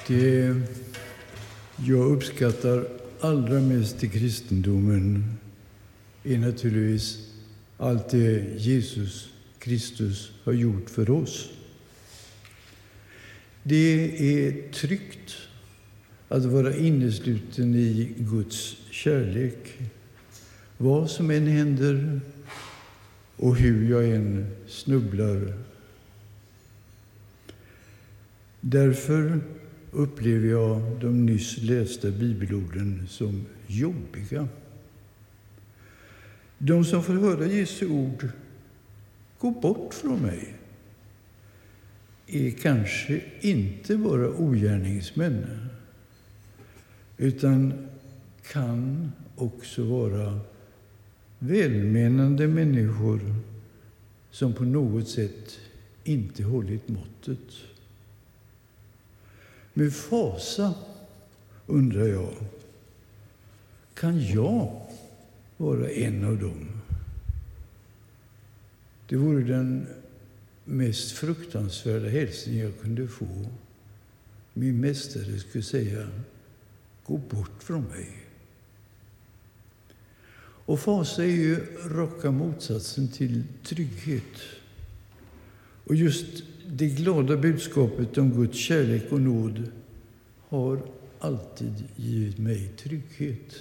Det jag uppskattar allra mest i kristendomen är naturligtvis allt det Jesus Kristus har gjort för oss. Det är tryggt att vara innesluten i Guds kärlek, vad som än händer och hur jag än snubblar. Därför upplever jag de nyss lästa bibelorden som jobbiga. De som får höra Jesu ord, gå bort från mig, är kanske inte bara ogärningsmän, utan kan också vara välmenande människor som på något sätt inte hållit måttet. Med fasa undrar jag, kan jag vara en av dem? Det vore den mest fruktansvärda hälsning jag kunde få. Min mästare skulle säga, gå bort från mig. Och fasa är ju raka motsatsen till trygghet. Och just det glada budskapet om Guds kärlek och nåd har alltid givit mig trygghet.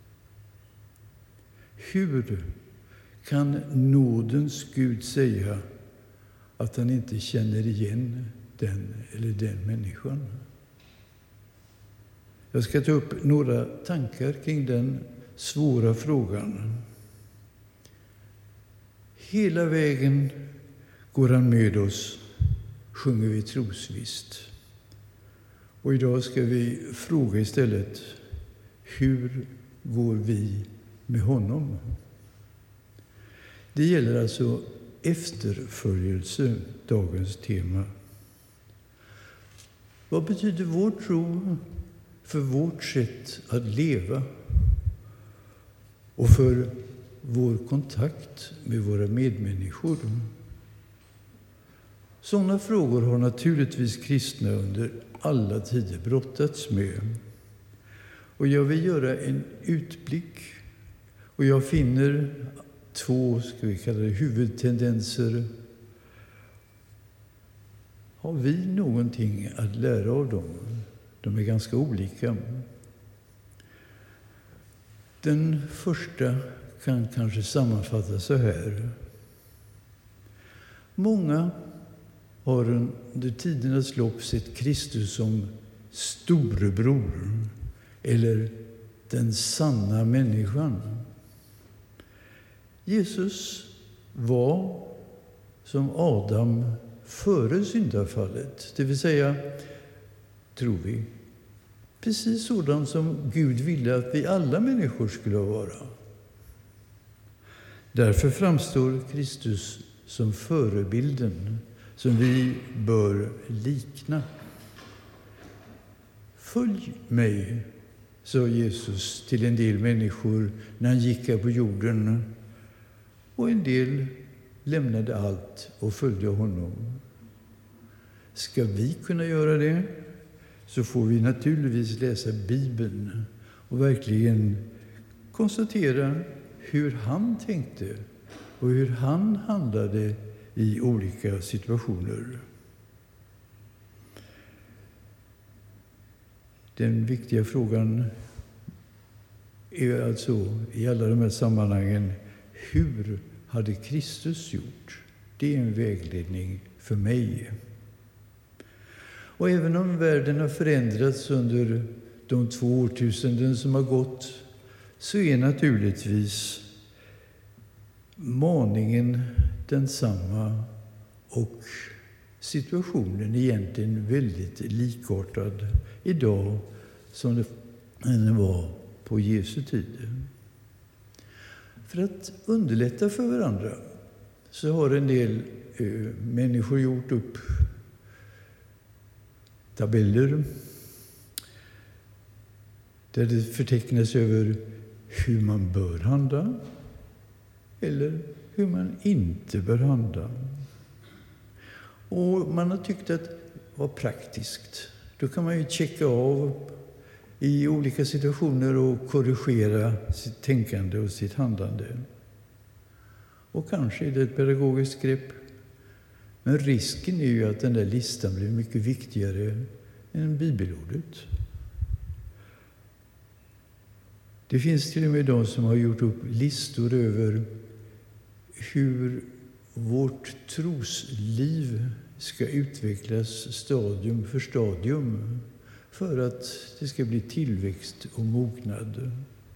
Hur kan nådens Gud säga att han inte känner igen den eller den människan? Jag ska ta upp några tankar kring den svåra frågan. Hela vägen går han med oss, sjunger vi trosvisst. Och idag ska vi fråga istället, hur går vi med honom? Det gäller alltså efterföljelse, dagens tema. Vad betyder vår tro för vårt sätt att leva och för vår kontakt med våra medmänniskor? Sådana frågor har naturligtvis kristna under alla tider brottats med. Och jag vill göra en utblick. Och jag finner två, ska vi kalla det, huvudtendenser. Har vi någonting att lära av dem? De är ganska olika. Den första kan kanske sammanfattas så här. Många har under tidernas lopp sett Kristus som storebror eller den sanna människan. Jesus var som Adam före syndafallet, det vill säga, tror vi, precis sådan som Gud ville att vi alla människor skulle vara. Därför framstår Kristus som förebilden som vi bör likna. Följ mig, sa Jesus till en del människor när han gick här på jorden, och en del lämnade allt och följde honom. Ska vi kunna göra det, så får vi naturligtvis läsa Bibeln och verkligen konstatera hur han tänkte och hur han handlade i olika situationer. Den viktiga frågan är alltså i alla de här sammanhangen, hur hade Kristus gjort? Det är en vägledning för mig. Och även om världen har förändrats under de 2 årtusenden som har gått, så är naturligtvis maningen densamma och situationen egentligen väldigt likartad idag som den var på Jesu tid. För att underlätta för varandra så har en del människor gjort upp tabeller där det förtecknas över hur man bör handla eller hur man inte bör handla. Och man har tyckt att det var praktiskt. Då kan man ju checka av i olika situationer och korrigera sitt tänkande och sitt handlande. Och kanske är det ett pedagogiskt grepp. Men risken är ju att den där listan blir mycket viktigare än bibelordet. Det finns till och med de som har gjort upp listor över hur vårt trosliv ska utvecklas stadium för stadium för att det ska bli tillväxt och mognad.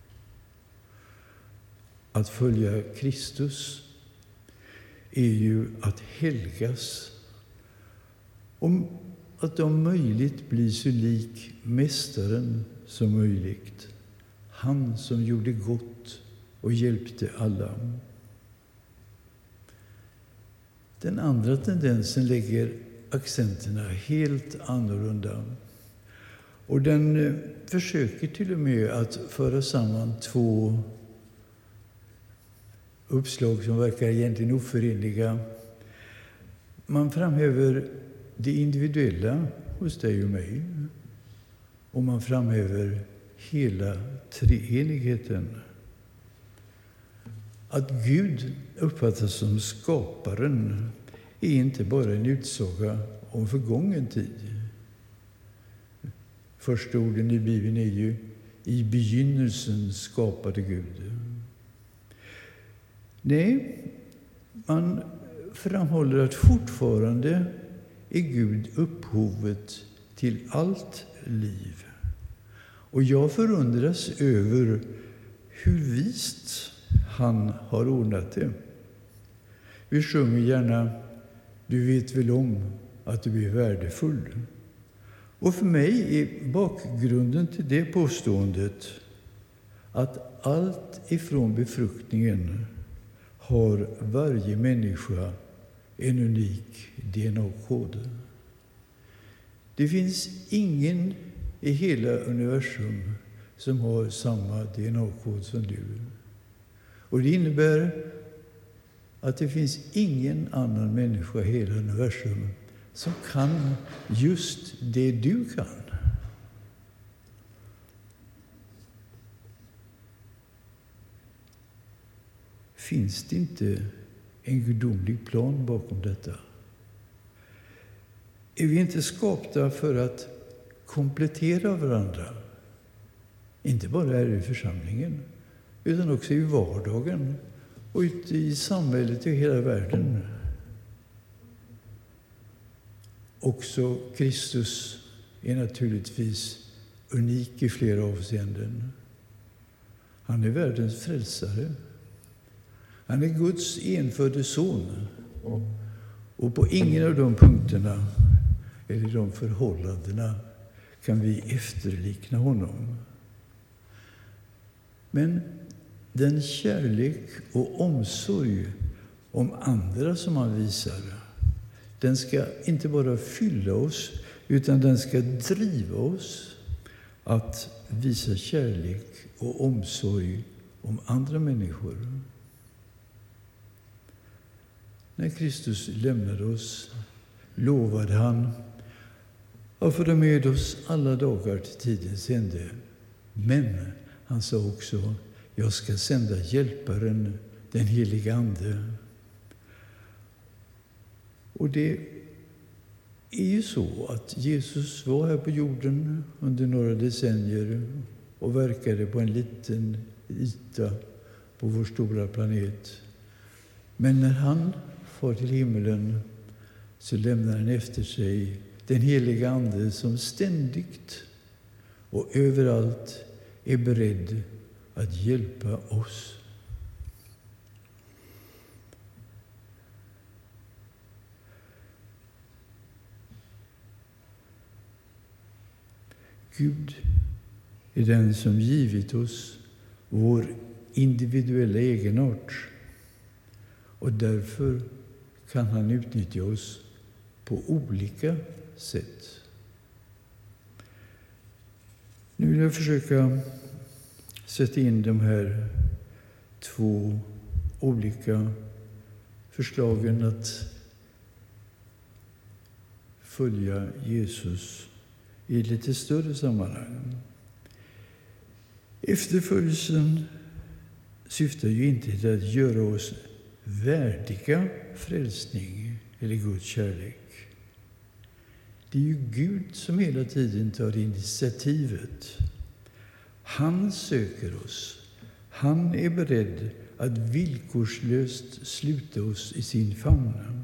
Att följa Kristus är ju att helgas, om att om möjligt bli så lik Mästaren som möjligt. Han som gjorde gott och hjälpte alla. Den andra tendensen lägger accenterna helt annorlunda. Och den försöker till och med att föra samman två uppslag som verkar egentligen oförenliga. Man framhäver det individuella hos dig och mig. Och man framhäver hela treenigheten. Att Gud uppfattas som skaparen är inte bara en utsaga om förgången tid. Första orden i Bibeln är ju i begynnelsen skapade Gud. Nej, man framhåller att fortfarande är Gud upphovet till allt liv. Och jag förundras över hur vist han har ordnat det. Vi sjunger gärna "Du vet väl om att du är värdefull". Och för mig är bakgrunden till det påståendet att allt ifrån befruktningen har varje människa en unik DNA-kod. Det finns ingen i hela universum som har samma DNA-kod som du. Och det innebär att det finns ingen annan människa i hela universum som kan just det du kan. Finns det inte en gudomlig plan bakom detta? Är vi inte skapta för att komplettera varandra? Inte bara här i församlingen, utan också i vardagen och ute i samhället och i hela världen. Också Kristus är naturligtvis unik i flera avseenden. Han är världens frälsare. Han är Guds enfödde son. Och på ingen av de punkterna eller de förhållandena kan vi efterlikna honom. Men den kärlek och omsorg om andra som han visar, den ska inte bara fylla oss, utan den ska driva oss att visa kärlek och omsorg om andra människor. När Kristus lämnade oss lovade han att föra med oss alla dagar till tidens ände. Men han sa också: jag ska sända hjälparen, den heliga Ande. Och det är ju så att Jesus var här på jorden under några decennier och verkade på en liten yta på vår stora planet. Men när han far till himmelen så lämnar han efter sig den heliga Ande som ständigt och överallt är beredd att hjälpa oss. Gud är den som givit oss vår individuella egenart, och därför kan han utnyttja oss på olika sätt. Nu vill jag försöka sätta in de här två olika förslagen att följa Jesus i ett lite större sammanhang. Efterföljelsen syftar ju inte till att göra oss värdiga frälsning eller Guds kärlek. Det är ju Gud som hela tiden tar initiativet. Han söker oss. Han är beredd att villkorslöst sluta oss i sin famn.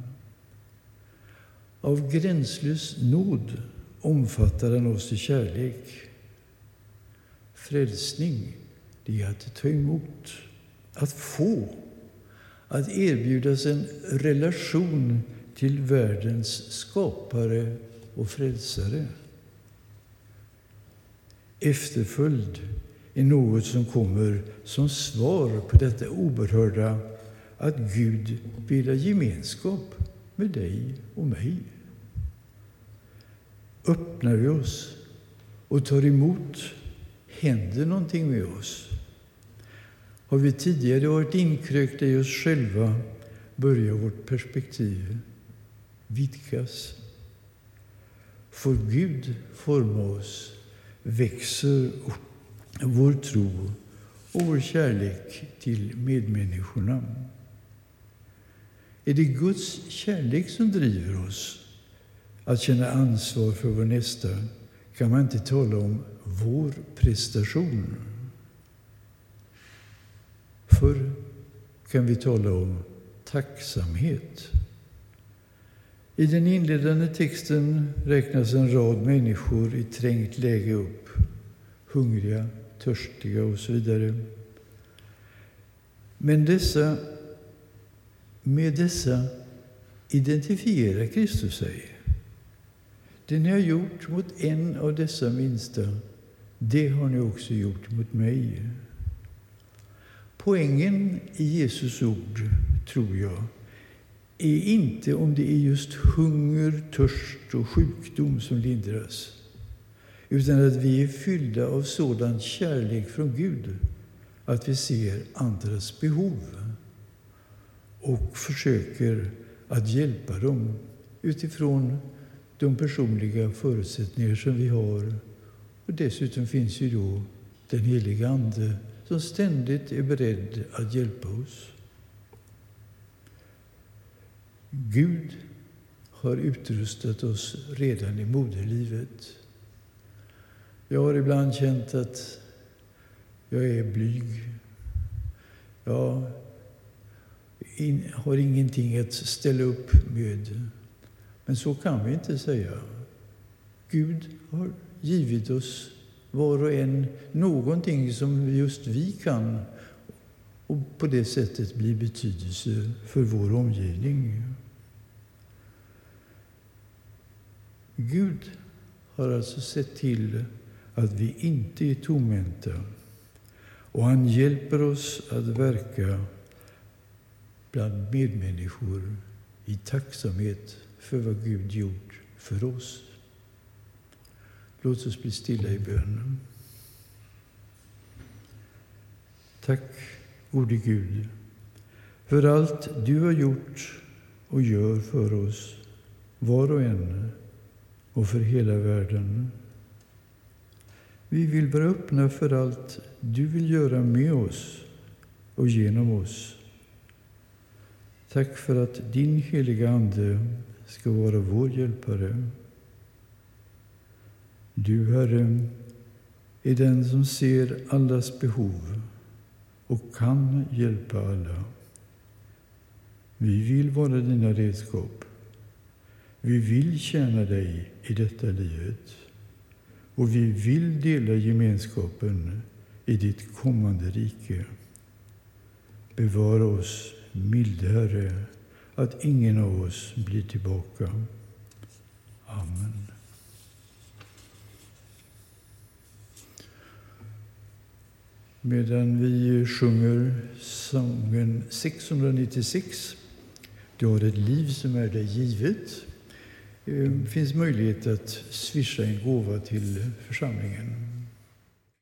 Av gränslös nåd omfattar han oss i kärlek. Frälsning, det är att ta emot, att få, att erbjudas en relation till världens skapare och frälsare. Efterföljd är något som kommer som svar på detta oberhörda, att Gud vill ha gemenskap med dig och mig. Öppnar vi oss och tar emot, händer någonting med oss. Har vi tidigare varit inkrökta i oss själva, börjar vårt perspektiv vidgas. Får Gud forma oss, växer vår tro och vår kärlek till medmänniskorna. Är det Guds kärlek som driver oss att känna ansvar för vår nästa, kan man inte tala om vår prestation. Förr kan vi tala om tacksamhet. I den inledande texten räknas en rad människor i trängt läge upp. Hungriga, törstiga och så vidare. Men med dessa identifierar Kristus sig. Det ni har gjort mot en av dessa minsta, det har ni också gjort mot mig. Poängen i Jesus ord, tror jag, är inte om det är just hunger, törst och sjukdom som lindras, utan att vi är fyllda av sådan kärlek från Gud att vi ser andras behov och försöker att hjälpa dem utifrån de personliga förutsättningar som vi har. Och dessutom finns ju då den heliga Ande som ständigt är beredd att hjälpa oss. Gud har utrustat oss redan i moderlivet. Jag har ibland känt att jag är blyg. Jag har ingenting att ställa upp med. Men så kan vi inte säga. Gud har givit oss var och en någonting som just vi kan, och på det sättet bli betydelse för vår omgivning. Gud har alltså sett till att vi inte är tomhänta, och han hjälper oss att verka bland medmänniskor i tacksamhet för vad Gud gjort för oss. Låt oss bli stilla i bön. Tack, gode Gud, för allt du har gjort och gör för oss, var och en, och för hela världen. Vi vill vara öppna för allt du vill göra med oss och genom oss. Tack för att din heliga Ande ska vara vår hjälpare. Du, Herre, är den som ser allas behov och kan hjälpa alla. Vi vill vara dina redskap. Vi vill tjäna dig i detta livet. Och vi vill dela gemenskapen i ditt kommande rike. Bevara oss, milde Herre, att ingen av oss blir tillbaka. Amen. Medan vi sjunger sången 696, du har ett liv som är dig givet, finns möjlighet att swisha en gåva till församlingen.